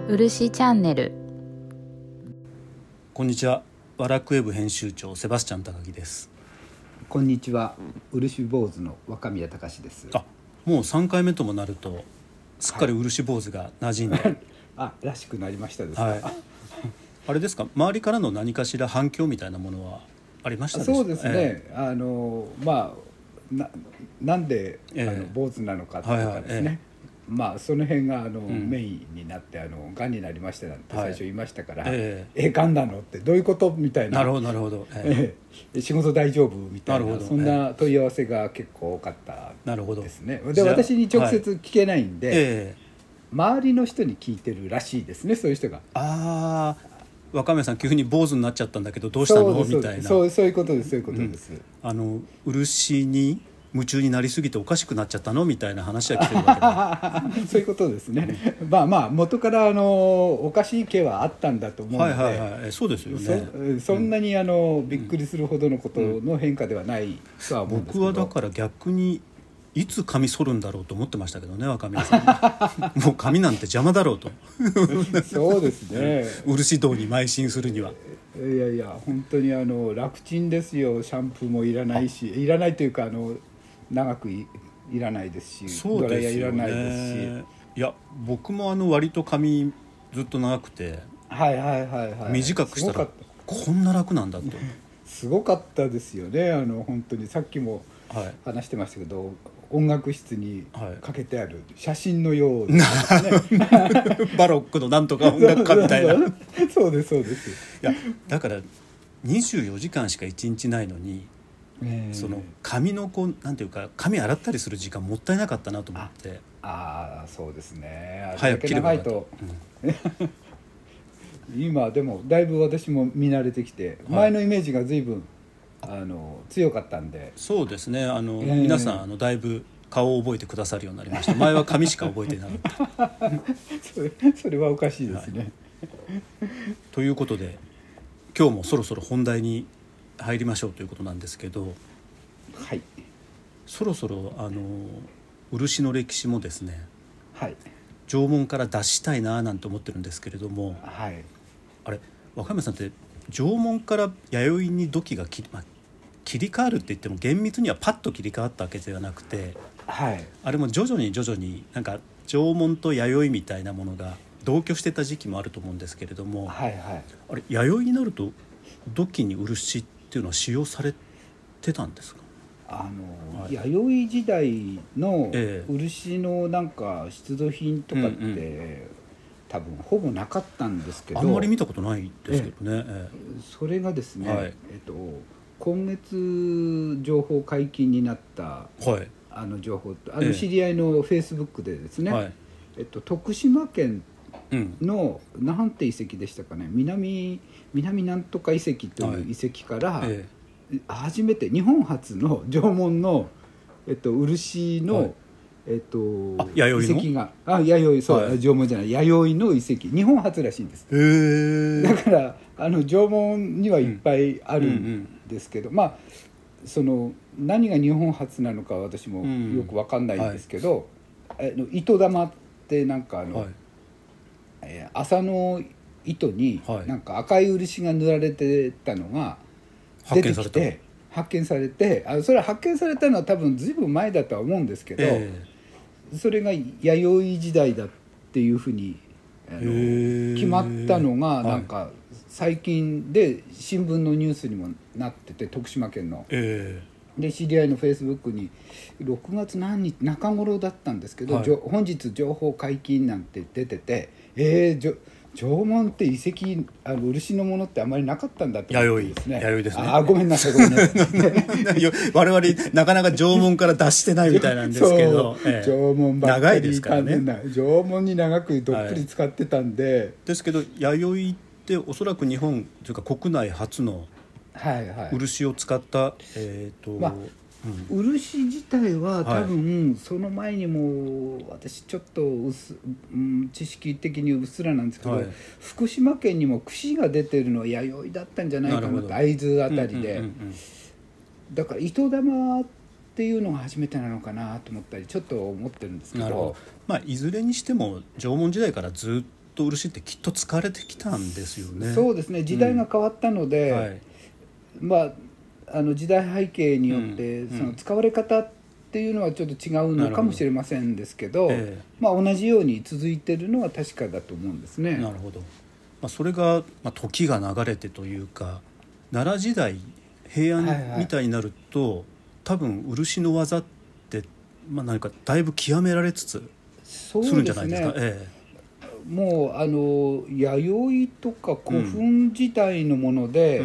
漆チャンネル。 こんにちは。ワラクウェブ編集長セバスチャン高木です。 こんにちは。漆坊主の若宮隆です。 もう3回目ともなるとすっかり漆坊主が馴染んで、 らしくなりましたですか。 あれですか、周りからの何かしら反響みたいなものはありましたでしょうか。 そうですね、なんで坊主なのかとかですね、その辺がメインになってがんになりましたなんて最初言いましたから、がんなのってどういうことみたいな。 なるほど、 仕事大丈夫みたいな、そんな問い合わせが結構多かったですね。で、私に直接聞けないんで、周りの人に聞いてるらしいですね、そういう人が。 若宮さん急に坊主になっちゃったんだけどどうしたのみたいな。 そういうことです、そういうことです。 漆に夢中になりすぎておかしくなっちゃったのみたいな話は来てるわけでそういうことですね。元からおかしい気はあったんだと思うので、 そうですよね。 そんなにびっくりするほどのことの変化ではないとは思うんですけど、 僕はだから逆にいつ髪剃るんだろうと思ってましたけどね、若宮さんもう髪なんて邪魔だろうとそうですね漆道に邁進するには。 いや本当に楽ちんですよ。シャンプーもいらないし、いらないというか長く いらないですし、ドライヤーいらないですし。 いや僕も割と髪ずっと長くて、短くしたらこんな楽なんだとすごかったですよね。本当にさっきも話してましたけど、音楽室にかけてある写真のようですねバロックのなんとか音楽家みたいなそうです。いやだから24時間しか1日ないのに、その髪のなんていうか髪洗ったりする時間もったいなかったなと思って。 そうですね。 早く切ればよかった。 今でもだいぶ私も見慣れてきて、前のイメージが随分強かったんで。 そうですね。皆さんだいぶ顔を覚えてくださるようになりました。前は髪しか覚えてなかったそれはおかしいですね、 ということで今日もそろそろ本題に入りましょうということなんですけど、そろそろ漆の歴史もですね、縄文から脱したいななんて思ってるんですけれども、あれ若宮さんって縄文から弥生に土器が切り替わるって言っても厳密にはパッと切り替わったわけではなくて、あれも徐々になんか縄文と弥生みたいなものが同居してた時期もあると思うんですけれども、あれ弥生になると土器に漆っていうのは使用されてたんですか。 弥生時代の漆のなんか出土品とかって、多分ほぼなかったんですけど、 あんまり見たことないですけどね。 それがですね、今月情報解禁になった、情報、知り合いのフェイスブックでですね、徳島県のなんて遺跡でしたかね、南なんとか遺跡という遺跡から、初めて日本初の縄文の、漆の、遺跡が弥生、縄文じゃない弥生の遺跡、日本初らしいんです。だから縄文にはいっぱいあるんですけど、その何が日本初なのか私もよく分かんないんですけど、糸玉ってなんか麻の糸になんか赤い漆が塗られてたのが出てきて発見されて、それは発見されたのは多分ずいぶん前だとは思うんですけど、それが弥生時代だっていうふうに決まったのがなんか最近で新聞のニュースにもなってて、徳島県の。で知り合いのフェイスブックに6月何日中頃だったんですけど、本日情報解禁なんて出てて、縄文って遺跡漆のものってあまりなかったんだって思ってですね。 弥生ですね。 ごめんなさい我々なかなか縄文から脱してないみたいなんですけど縄文ばっかり長いですからね。 縄文に長くどっぷり使ってたんで、 ですけど弥生っておそらく日本というか国内初の漆を使った、 漆自体は多分その前にも私ちょっと知識的にうっすらなんですけど、福島県にも櫛が出てるのは弥生だったんじゃないかなと、会津あたりで、だから糸玉っていうのが初めてなのかなと思ったりちょっと思ってるんですけど、 いずれにしても縄文時代からずっと漆ってきっと使われてきたんですよね。 そうですね、時代が変わったので、はい、まあ、時代背景によって、その使われ方っていうのはちょっと違うのかもしれませんですけど、まあ、同じように続いてるのは確かだと思うんですね。 なるほど。まあ、それが、まあ、時が流れてというか、奈良時代平安みたいになると、はいはい、多分漆の技って、まあ、何かだいぶ極められつつするんじゃないですか。 もう弥生とか古墳時代のもので、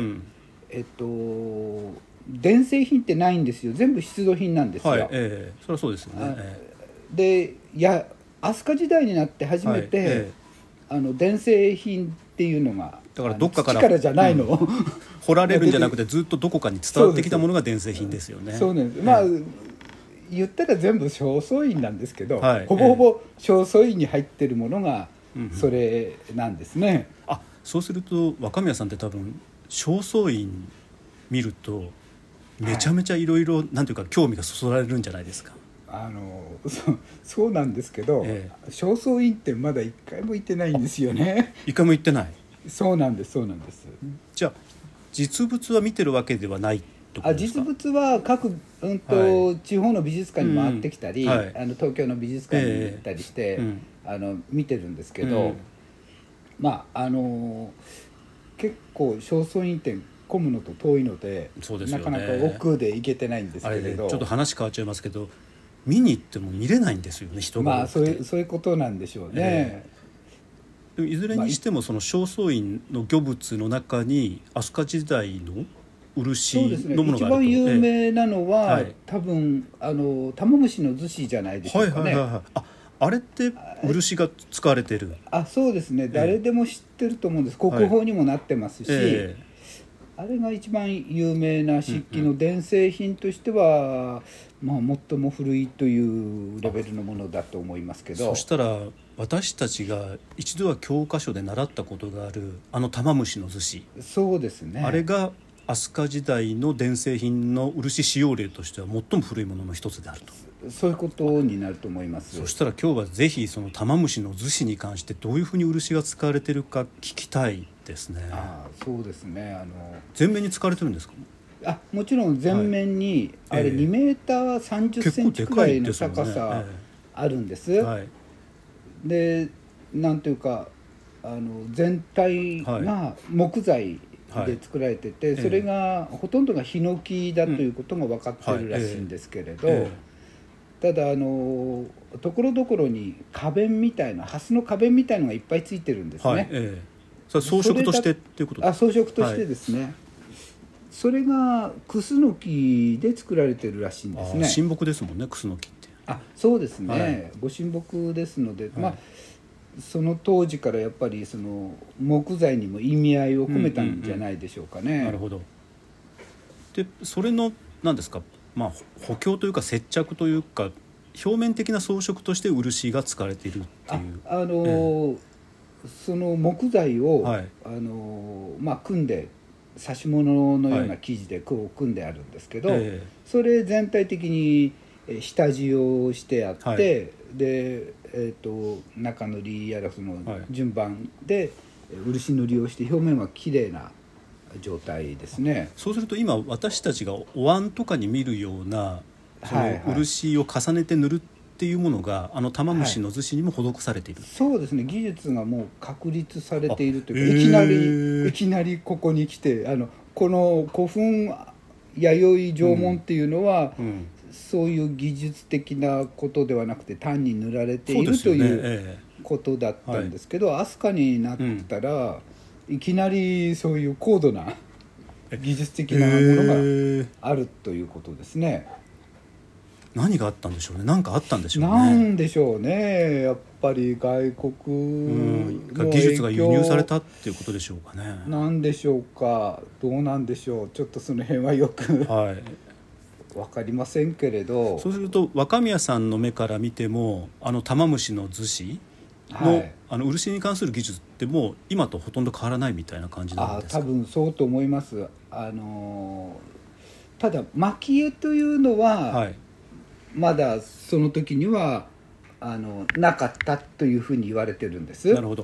伝製品ってないんですよ。全部出土品なんですよ。 はい、それはそうですよね。 で飛鳥時代になって初めて、伝製品っていうのが、 だからどっかから土からじゃないの、 掘られるんじゃなくてずっとどこかに伝わってきたものが伝製品ですよね。 そうなんです。まあ言ったら全部正倉院なんですけど、ほぼほぼ正倉院に入ってるものがそれなんですね。 あ、そうすると若宮さんって多分正倉院見るとめちゃめちゃいろいろなんていうか興味がそそられるんじゃないですか。 そうなんですけど、正倉院ってまだ一回も行ってないんですよね。 一回も行ってない。 そうなんです。 じゃあ実物は見てるわけではないところですか。 実物は各、地方の美術館に回ってきたり、東京の美術館に行ったりして、見てるんですけど、まあ結構正倉院展混むのと遠いので、なかなか奥で行けてないんですけれど、 ちょっと話変わっちゃいますけど、見に行っても見れないんですよね、人が多くて。 まあそういうことなんでしょうね。 でもいずれにしてもその正倉院の御物の中に飛鳥時代の漆のものがあると。 一番有名なのは、多分玉虫の厨子じゃないでしょうかね。 あれって漆が使われてる。 そうですね、誰でも知ってると思うんです。国宝にもなってますし、あれが一番有名な漆器の伝製品としては、まあ、最も古いというレベルのものだと思いますけど。 そしたら私たちが一度は教科書で習ったことがある玉虫の厨子、 そうですね、 あれが飛鳥時代の伝製品の漆使用例としては最も古いものの一つであると。 そういうことになると思います。 そしたら今日はぜひその玉虫の厨子に関してどういうふうに漆が使われているか聞きたいですね。 そうですね。 全面に使われてるんですか。 もちろん全面に、あれ2メーター30センチくらいの高さあるんです。でなんというか全体が木材で作られてて、それがほとんどがヒノキだということが分かってるらしいんですけれど、ただところどころに花弁みたいな蓮の花弁みたいなのがいっぱいついてるんですね。 それ装飾としてっていうことですか。 装飾としてですね、それがクスノキで作られてるらしいんですね。 神木ですもんね、クスノキって。 そうですね、ご神木ですので、その当時からやっぱりその木材にも意味合いを込めたんじゃないでしょうかね。 なるほど。でそれの何ですか、補強というか接着というか表面的な装飾として漆が使われているっていう。 その木材を、組んで指し物のような生地でこう組んであるんですけど、それ全体的に下地をしてあって、で、中塗りやらその順番で漆塗りをして表面は綺麗な状態ですね。 そうすると今私たちがお椀とかに見るようなその漆を重ねて塗るっていうものが玉虫の厨子にも施されている。 そうですね、技術がもう確立されているというか、いきなりここに来てこの古墳弥生縄文っていうのは、そういう技術的なことではなくて単に塗られているということだったんですけど、飛鳥になったら、いきなりそういう高度な技術的なものがあるということですね。 何があったんでしょうね。何かあったんでしょうね。 なんでしょうね。やっぱり外国の技術が輸入されたっていうことでしょうかね。 なんでしょうか、どうなんでしょう。ちょっとその辺はよく、分かりませんけれど。 そうすると若宮さんの目から見ても玉虫の厨子の、漆に関する技術ってもう今とほとんど変わらないみたいな感じなんですか。 多分そうと思います。ただ蒔絵というのは、まだその時にはなかったというふうに言われてるんです。 なるほど。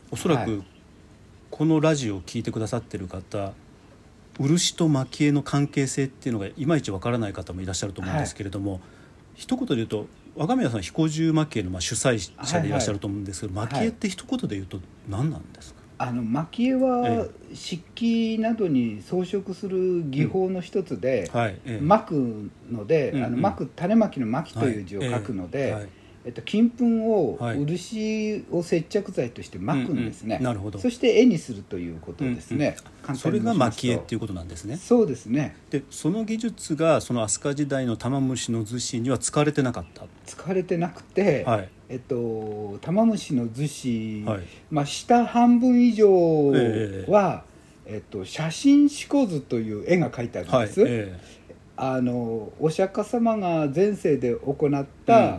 おそらくこのラジオを聞いてくださってる方、漆と蒔絵の関係性っていうのがいまいちわからない方もいらっしゃると思うんですけれども、一言で言うと若宮さん彦十蒔絵の主催者でいらっしゃると思うんですけど、蒔絵って一言で言うと何なんですか？ 蒔絵は漆器などに装飾する技法の一つで、蒔くので、蒔く種蒔きの蒔という字を書くので、金粉を漆を接着剤として蒔くんですね。 なるほど。 そして絵にするということですね。 それが蒔絵っていうことなんですね。 そうですね。 でその技術がその飛鳥時代の玉虫の厨子には使われてなかった。 使われてなくて、玉虫の厨子、下半分以上は、写真四股図という絵が描いてあるんです。お釈迦様が前世で行った、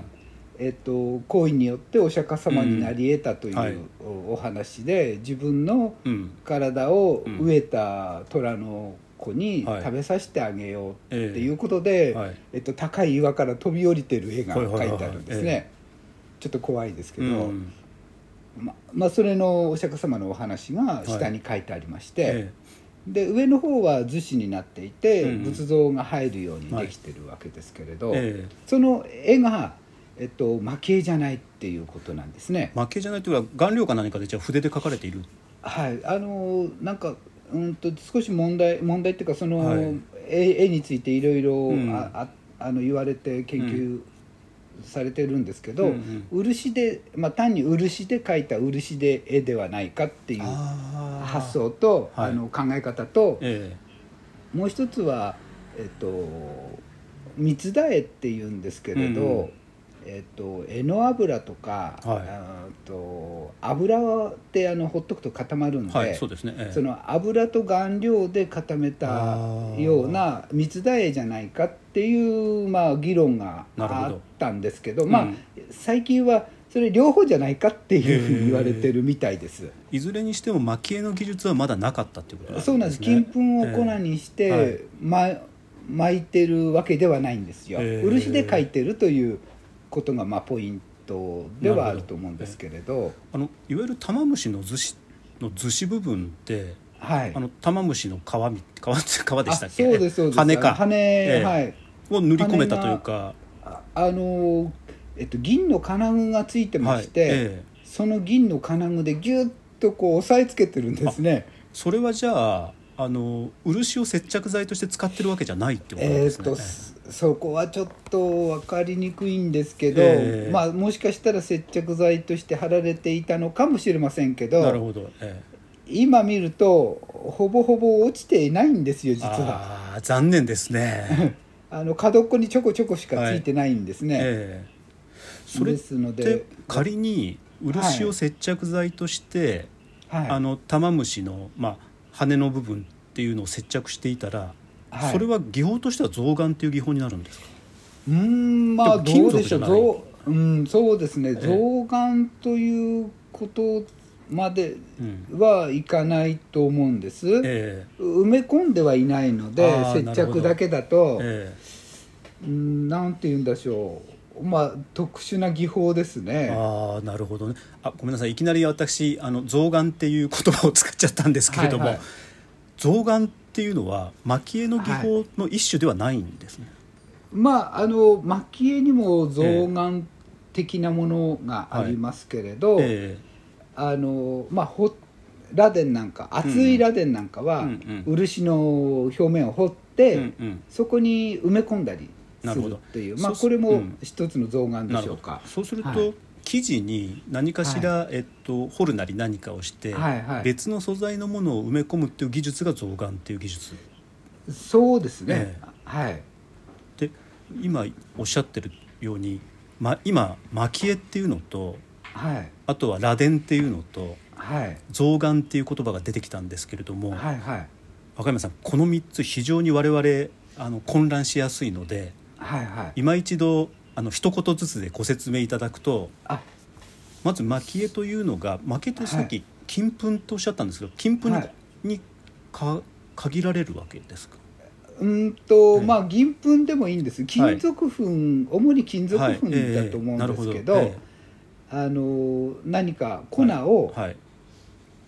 行為によってお釈迦様になり得たというお話で、自分の体を飢えた虎の子に食べさせてあげようっていうことで、高い岩から飛び降りてる絵が描いてあるんですね。ちょっと怖いですけど、それのお釈迦様のお話が下に書いてありまして、で上の方は厨子になっていて、仏像が入るようにできてるわけですけれど、その絵が蒔絵じゃないっていうことなんですね。 蒔絵じゃないというか顔料か何かでじゃあ筆で描かれている。 なんか少し問題っていうか、その、絵についていろいろ言われて研究されてるんですけど、漆で、単に漆で描いた漆で絵ではないかっていう発想と、考え方と、もう一つは三つだ絵っていうんですけれど、絵の油とか、油ってほっとくと固まるんで、その油と顔料で固めたような三つだ絵じゃないかっていう、議論があったんですけど、最近はそれ両方じゃないかっていうふうに言われてるみたいです。 いずれにしても蒔絵の技術はまだなかったっていうことなんですね。 そうなんです。金粉を粉にして、巻いてるわけではないんですよ。漆で描いてるということがポイントではあると思うんですけれど、 いわゆる玉虫の厨子部分って、玉虫の皮でしたっけ？ そうですそうです。 羽か羽、 を塗り込めたというか、 銀の金具がついてまして、その銀の金具でギュッとこう押さえつけてるんですね。 それはじゃあ漆を接着剤として使ってるわけじゃないってことですね。 そこはちょっと分かりにくいんですけど、もしかしたら接着剤として貼られていたのかもしれませんけど、 なるほど、 今見るとほぼほぼ落ちていないんですよ、実は。 残念ですね。 角っこにちょこちょこしかついてないんですね。 それって仮に漆を接着剤として、玉虫の、羽の部分っていうのを接着していたら、それは技法としては象眼っていう技法になるんですか？ どうでしょう。そうですね、象眼ということまではいかないと思うんです。埋め込んではいないので、接着だけだと、なんて言うんでしょう、特殊な技法ですね。 なるほどね。ごめんなさい、いきなり私象眼っていう言葉を使っちゃったんですけれども、象眼っていうのは蒔絵の技法の一種ではないんですね。 蒔絵にも象眼的なものがありますけれど、螺鈿なんか、厚い螺鈿なんかは漆の表面を彫って、そこに埋め込んだりするっていう、これも一つの象眼でしょうか。 そうすると、生地に何かしら、彫るなり何かをして、別の素材のものを埋め込むっていう技術が象眼っていう技術。 そうですね。 で今おっしゃってるように、今蒔絵っていうのと、あとは螺鈿っていうのと、象眼っていう言葉が出てきたんですけれども、若山さん、この3つ非常に我々混乱しやすいので、今一度一言ずつでご説明いただくと、まず蒔絵というのが、蒔絵ってさっき金粉とおっしゃったんですけど、金粉に限られるわけですか？ 銀粉でもいいんです。金属粉、主に金属粉だと思うんですけど、何か粉を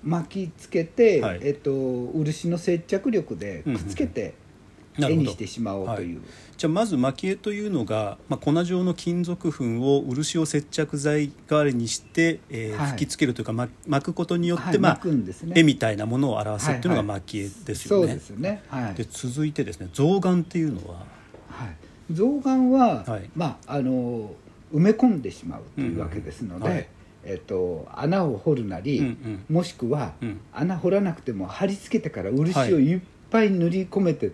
巻きつけて、 はい漆の接着力でくっつけて絵にしてしまおうという、 じゃあまず蒔絵というのが、粉状の金属粉を漆を接着剤代わりにして、吹きつけるというか、巻くことによって、 巻くんですね、 絵みたいなものを表すっていうのが蒔絵ですよね。 そうですね、 で続いてですね、象眼っていうのは、 象眼は、埋め込んでしまうというわけですので、穴を掘るなり、もしくは、穴掘らなくても貼り付けてから漆をいっぱい塗り込めてって、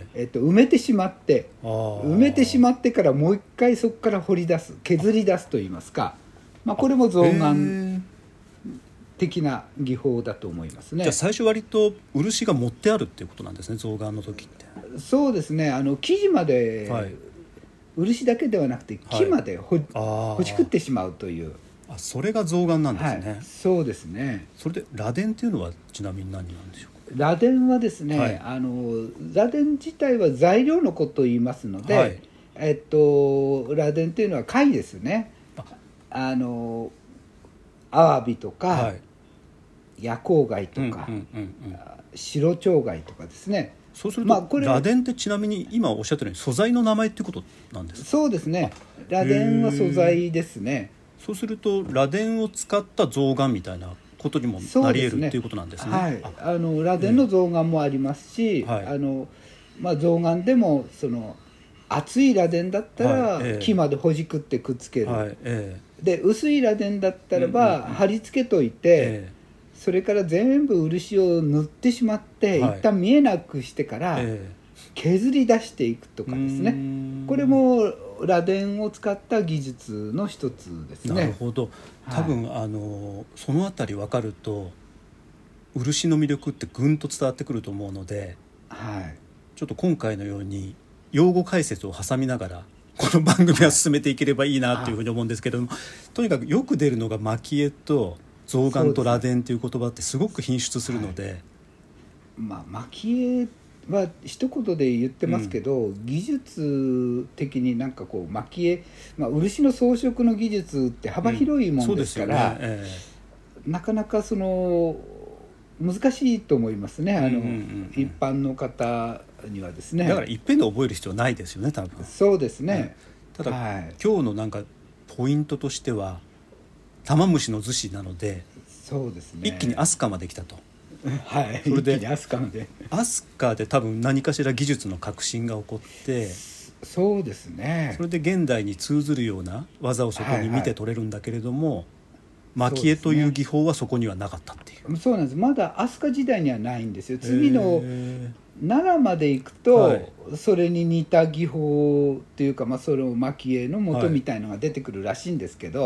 埋めてしまってからもう一回そこから掘り出す、削り出すといいますか、これも象眼的な技法だと思いますね。 じゃあ最初割と漆が持ってあるっていうことなんですね、象眼の時って。 そうですね、生地まで、漆だけではなくて木までほじくってしまうという、 それが象眼なんですね。 そうですね。 それで螺鈿っていうのはちなみに何なんでしょうか。 螺鈿はですね、螺鈿自体は材料のことを言いますので、螺鈿っていうのは貝ですね。アワビとか、夜光貝とか、白蝶貝とかですね。 そうすると、螺鈿ってちなみに今おっしゃったように素材の名前っていうことなんですか。 そうですね、螺鈿は素材ですね。 そうすると螺鈿を使った象眼みたいなことにもなり得るっていうことなんですね。 螺鈿の象眼もありますし、象眼でもその厚い螺鈿だったら木までほじくってくっつける、で薄い螺鈿だったらば貼り付けといて、それから全部漆を塗ってしまって、一旦見えなくしてから削り出していくとかですね、これも螺鈿を使った技術の一つですね。 なるほど。多分、そのあたり分かると漆の魅力ってぐんと伝わってくると思うので、ちょっと今回のように用語解説を挟みながらこの番組は進めていければいいなというふうに思うんですけども、とにかくよく出るのが蒔絵と象眼と螺鈿という言葉ってすごく品質するので、 蒔絵は一言で言ってますけど、技術的になんかこう蒔絵、漆の装飾の技術って幅広いもんですから、なかなかその難しいと思いますね、一般の方にはですね。 だからいっぺんで覚える必要ないですよね、多分。 そうですね、 ただ、今日のなんかポイントとしては玉虫の厨子なので、 そうですね、 一気に飛鳥まで来たと。 それで飛鳥で多分何かしら技術の革新が起こって、 そうですね、 それで現代に通ずるような技をそこに見て取れるんだけれども、蒔絵という技法はそこにはなかったっていう。 そうなんです。まだ飛鳥時代にはないんですよ。次の奈良まで行くと、それに似た技法というか、その蒔絵の元みたいのが出てくるらしいんですけど、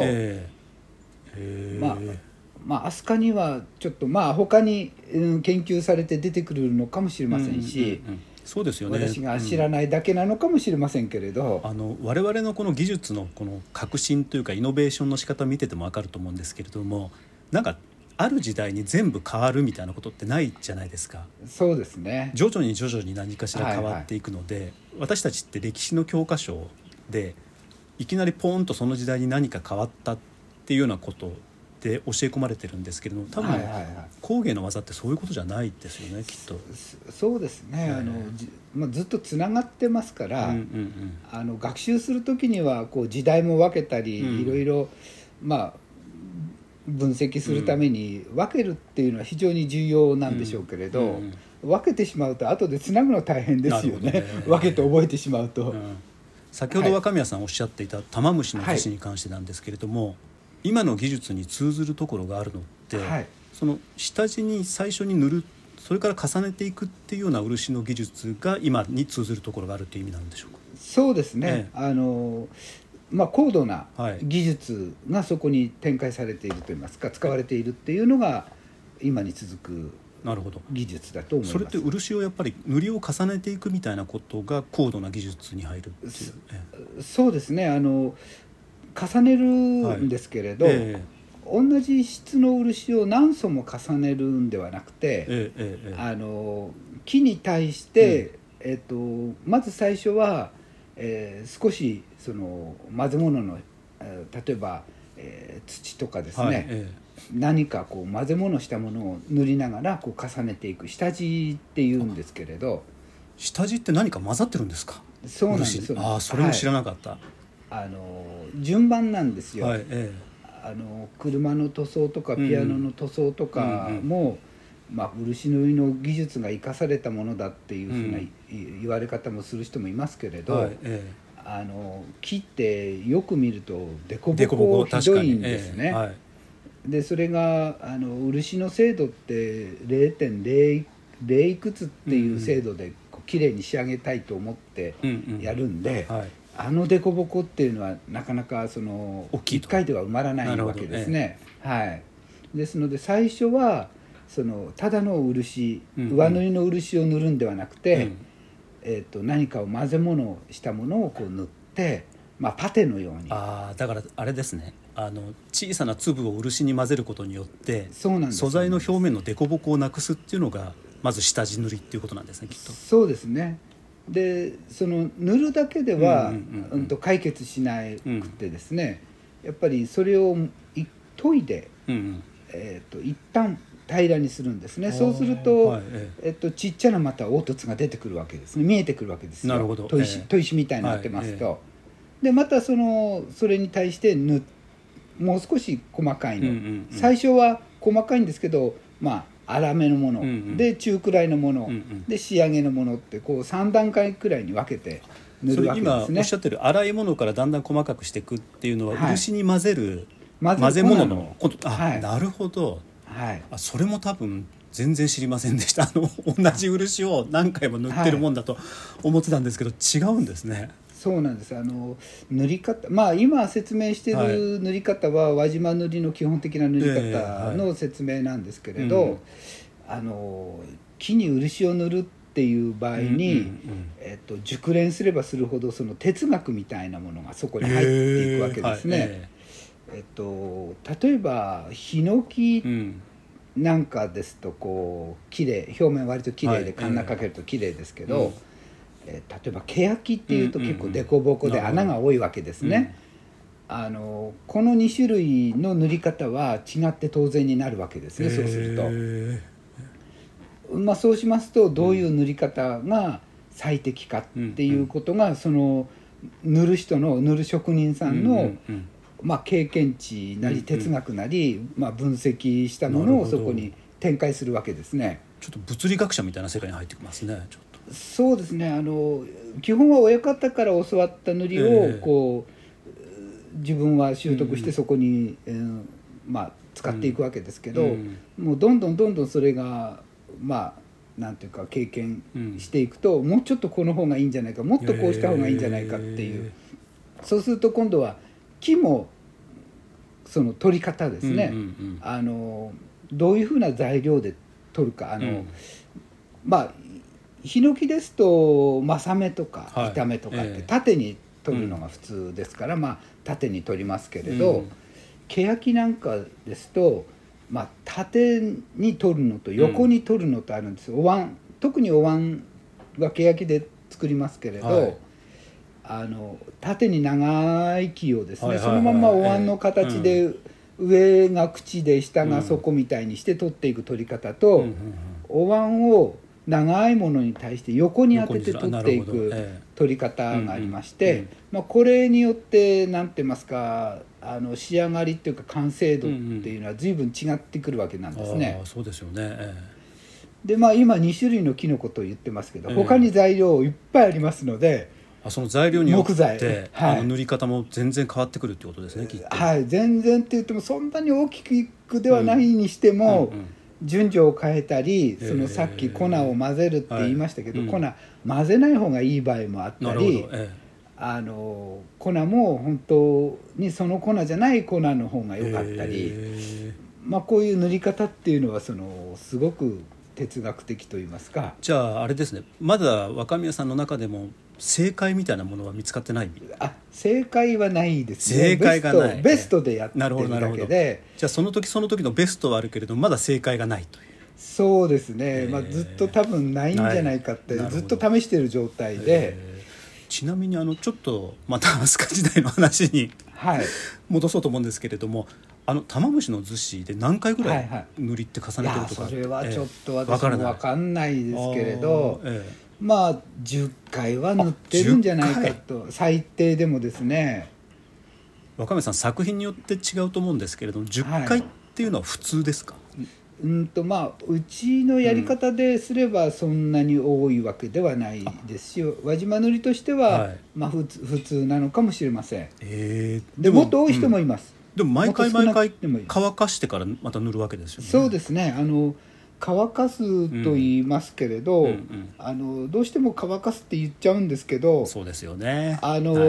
飛鳥にはちょっと他に、研究されて出てくるのかもしれませんし、 そうですよね、 私が知らないだけなのかもしれませんけれど、 我々のこの技術のこの革新というかイノベーションの仕方を見てても分かると思うんですけれども、なんかある時代に全部変わるみたいなことってないじゃないですか。 そうですね、 徐々に何かしら変わっていくので、私たちって歴史の教科書でいきなりポーンとその時代に何か変わったっていうようなことで教え込まれてるんですけれども、多分、工芸の技ってそういうことじゃないですよね、きっと。 そうですね、ずっとつながってますから、学習する時にはこう時代も分けたり、いろいろ分析するために分けるっていうのは非常に重要なんでしょうけれど、分けてしまうと後でつなぐの大変ですよね、分けて覚えてしまうと。 先ほど若宮さんおっしゃっていた玉虫の厨子に関してなんですけれども、今の技術に通ずるところがあるのって、その下地に最初に塗る、それから重ねていくっていうような漆の技術が今に通ずるところがあるという意味なんでしょうか。 そうですね、高度な技術がそこに展開されているといいますか、使われているっていうのが今に続く技術だと思います。 それって漆をやっぱり塗りを重ねていくみたいなことが高度な技術に入るっていう。 そうですね、重ねるんですけれど、同じ質の漆を何層も重ねるんではなくて、木に対して、まず最初は、少しその混ぜ物の、例えば土とかですね、何かこう混ぜ物したものを塗りながらこう重ねていく下地っていうんですけれど。 下地って何か混ざってるんですか？ そうなんです。 それも知らなかった。 順番なんですよ。車の塗装とかピアノの塗装とかも、漆塗りの技術が生かされたものだっていうふうな言われ方もする人もいますけれど、木ってよく見ると凸凹ひどいんですね。でそれが漆の精度って 0.0 いくつっていう精度できれいに仕上げたいと思ってやるんで、凸凹っていうのはなかなか1回では埋まらないわけですね。ですので最初はただの漆、上塗りの漆を塗るんではなくて、何かを混ぜ物したものをこう塗って、パテのように。 だからあれですね、小さな粒を漆に混ぜることによって素材の表面の凸凹をなくすっていうのがまず下地塗りっていうことなんですね、きっと。 そうですね。で塗るだけでは解決しなくてですね、やっぱりそれを研いで、一旦平らにするんですね。そうすると、ちっちゃなまた凹凸が出てくるわけですね。見えてくるわけですよ。 なるほど。 砥石みたいになってますと、でまたそれに対してもう少し細かいの、最初は細かいんですけど、粗めのもの、で中くらいのもの、で仕上げのものってこう3段階くらいに分けて塗るわけですね。 今おっしゃってる粗いものからだんだん細かくしていくっていうのは、漆に混ぜる混ぜ物のこと。なるほど。それも多分全然知りませんでした。同じ漆を何回も塗ってるもんだと思ってたんですけど、違うんですね。 そうなんです。塗り方、今説明している塗り方は輪島塗りの基本的な塗り方の説明なんですけれど、木に漆を塗るっていう場合に、熟練すればするほどその哲学みたいなものがそこに入っていくわけですね。例えばヒノキなんかですとこう綺麗、表面割と綺麗でカンナかけると綺麗ですけど、例えば欅っていうと結構凸凹で穴が多いわけですね。この2種類の塗り方は違って当然になるわけですね。そうすると、そうしますとどういう塗り方が最適かっていうことが、その塗る人の塗る職人さんの経験値なり哲学なり、分析したものをそこに展開するわけですね。 ちょっと物理学者みたいな世界に入ってきますね。ちょっとそうですね。基本は親方から教わった塗りをこう、自分は習得してそこに、使っていくわけですけど、もうどんどんそれがなんていうか経験していくと、もうちょっとこの方がいいんじゃないか、もっとこうした方がいいんじゃないかっていう、そうすると今度は木もその取り方ですね、どういうふうな材料で取るか、ヒノキですと正目とか板目とかって縦に取るのが普通ですから、縦に取りますけれど、欅なんかですと、縦に取るのと横に取るのとあるんですよ。お椀、特にお椀は欅で作りますけれど、縦に長い木をですね、そのままお椀の形で、上が口で下が底みたいにして取っていく取り方と、お椀を長いものに対して横に当てて取っていく取り方がありまして、これによって何て言いますか、仕上がりっていうか完成度っていうのは随分違ってくるわけなんですね。 そうですよね。 で今2種類の木のことを言ってますけど、他に材料いっぱいありますので、 その材料によって塗り方も全然変わってくるってことですね、きっと。 全然って言ってもそんなに大きくではないにしても、順序を変えたり、そのさっき粉を混ぜるって言いましたけど、粉混ぜない方がいい場合もあったり、粉も本当にその粉じゃない粉の方が良かったり、こういう塗り方っていうのはすごく哲学的といいますか。 じゃああれですね、まだ若宮さんの中でも正解みたいなものは見つかってない？ 正解はないですね。 正解がない。 ベストでやってるだけで。 じゃあその時のベストはあるけれどまだ正解がないという。 そうですね、ずっと多分ないんじゃないかってずっと試している状態で。 ちなみにちょっとまた飛鳥時代の話に戻そうと思うんですけれども、玉虫の厨子で何回ぐらい塗りって重ねてるとか、 それはちょっと私も分かんないですけれど、まあ10回は塗ってるんじゃないかと、最低でもですね。 若宮さん、作品によって違うと思うんですけれども、10回っていうのは普通ですか？ まあうちのやり方ですればそんなに多いわけではないですし、輪島塗としては、まあ普通なのかもしれません。でもっと多い人もいます。 でも毎回乾かしてからまた塗るわけですよね。 そうですね。乾かすと言いますけれど、どうしても乾かすって言っちゃうんですけど、 そうですよね。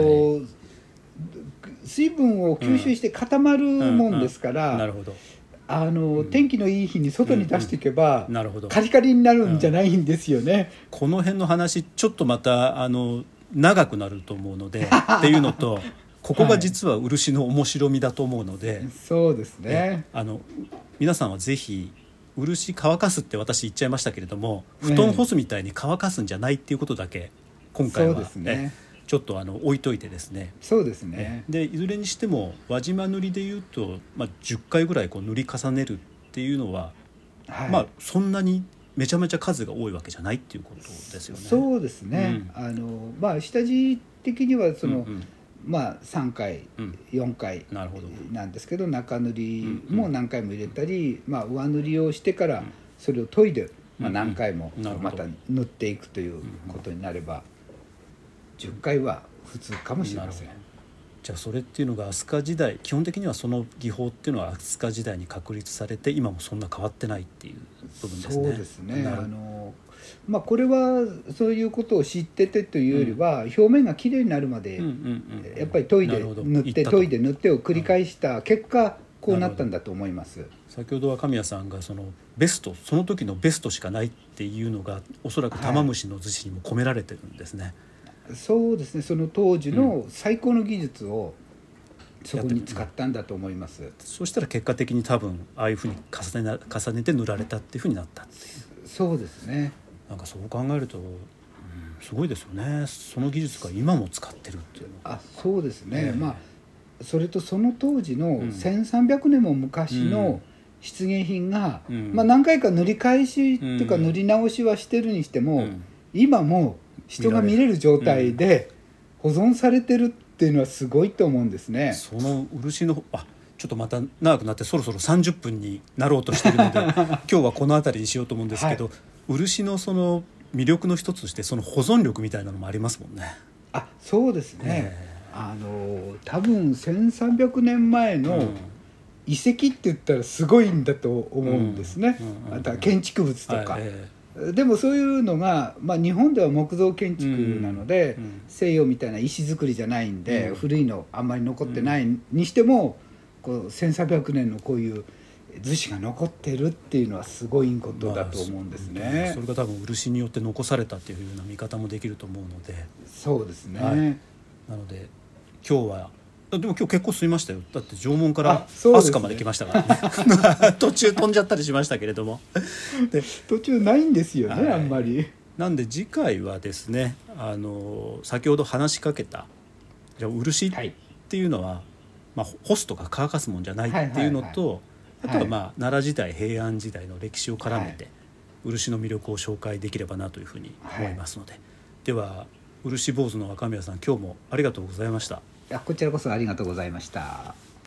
水分を吸収して固まるもんですから、 なるほど。 天気のいい日に外に出していけば、カリカリになるんじゃないんですよね。 この辺の話ちょっとまた長くなると思うのでっていうのと、ここが実は漆の面白みだと思うので、 そうですね。 皆さんはぜひ漆乾かすって私言っちゃいましたけれども、布団干すみたいに乾かすんじゃないっていうことだけ今回はそうですね。 ちょっと置いといてですね。 そうですね。 でいずれにしても輪島塗でいうと、10回ぐらい塗り重ねるっていうのは、そんなにめちゃめちゃ数が多いわけじゃないっていうことですよね。 そうですね。下地的には3回、4回なんですけど、中塗りも何回も入れたり、上塗りをしてからそれを研いで、何回もまた塗っていくということになれば、10回は普通かもしれません。 じゃあそれっていうのが飛鳥時代、基本的にはその技法っていうのは飛鳥時代に確立されて、今もそんな変わってないっていう部分ですね。 そうですね。これはそういうことを知っててというよりは、表面がきれいになるまでやっぱり研いで塗って研いで塗ってを繰り返した結果、こうなったんだと思います。 先ほど若宮さんがそのその時のベストしかないっていうのが、おそらく玉虫の厨子にも込められてるんですね。 そうですね。その当時の最高の技術をそこに使ったんだと思います。 そうしたら結果的に多分ああいうふうに重ねて塗られたっていうふうになったっていう。 そうですね。 なんかそう考えると、すごいですよね。その技術が今も使ってるっていうのは。 そうですね。それとその当時の1300年も昔の漆芸品が、何回か塗り返しっていうか塗り直しはしてるにしても、今も人が見れる状態で保存されてるっていうのはすごいと思うんですね。 その漆のちょっとまた長くなってそろそろ30分になろうとしているので今日はこの辺りにしようと思うんですけど、漆のその魅力の一つとして、その保存力みたいなのもありますもんね。 そうですね。多分1300年前の遺跡って言ったらすごいんだと思うんですね。また建築物とか、でもそういうのが、日本では木造建築なので、西洋みたいな石造りじゃないんで、古いのあんまり残ってないにしても、1300年のこういう厨子が残ってるっていうのはすごいことだと思うんですね。 それが多分漆によって残されたっていうような見方もできると思うので。 そうですね。 なので今日はでも今日結構進みましたよ。だって縄文から飛鳥まで来ましたからね途中飛んじゃったりしましたけれどもで途中ないんですよね、あんまり。 なんで次回はですね、先ほど話しかけたじゃあ漆っていうのは、干すとか乾かすもんじゃないっていうのと、あとは奈良時代平安時代の歴史を絡めて、漆の魅力を紹介できればなというふうに思いますので、では漆坊主の若宮さん、今日もありがとうございました。 こちらこそありがとうございました。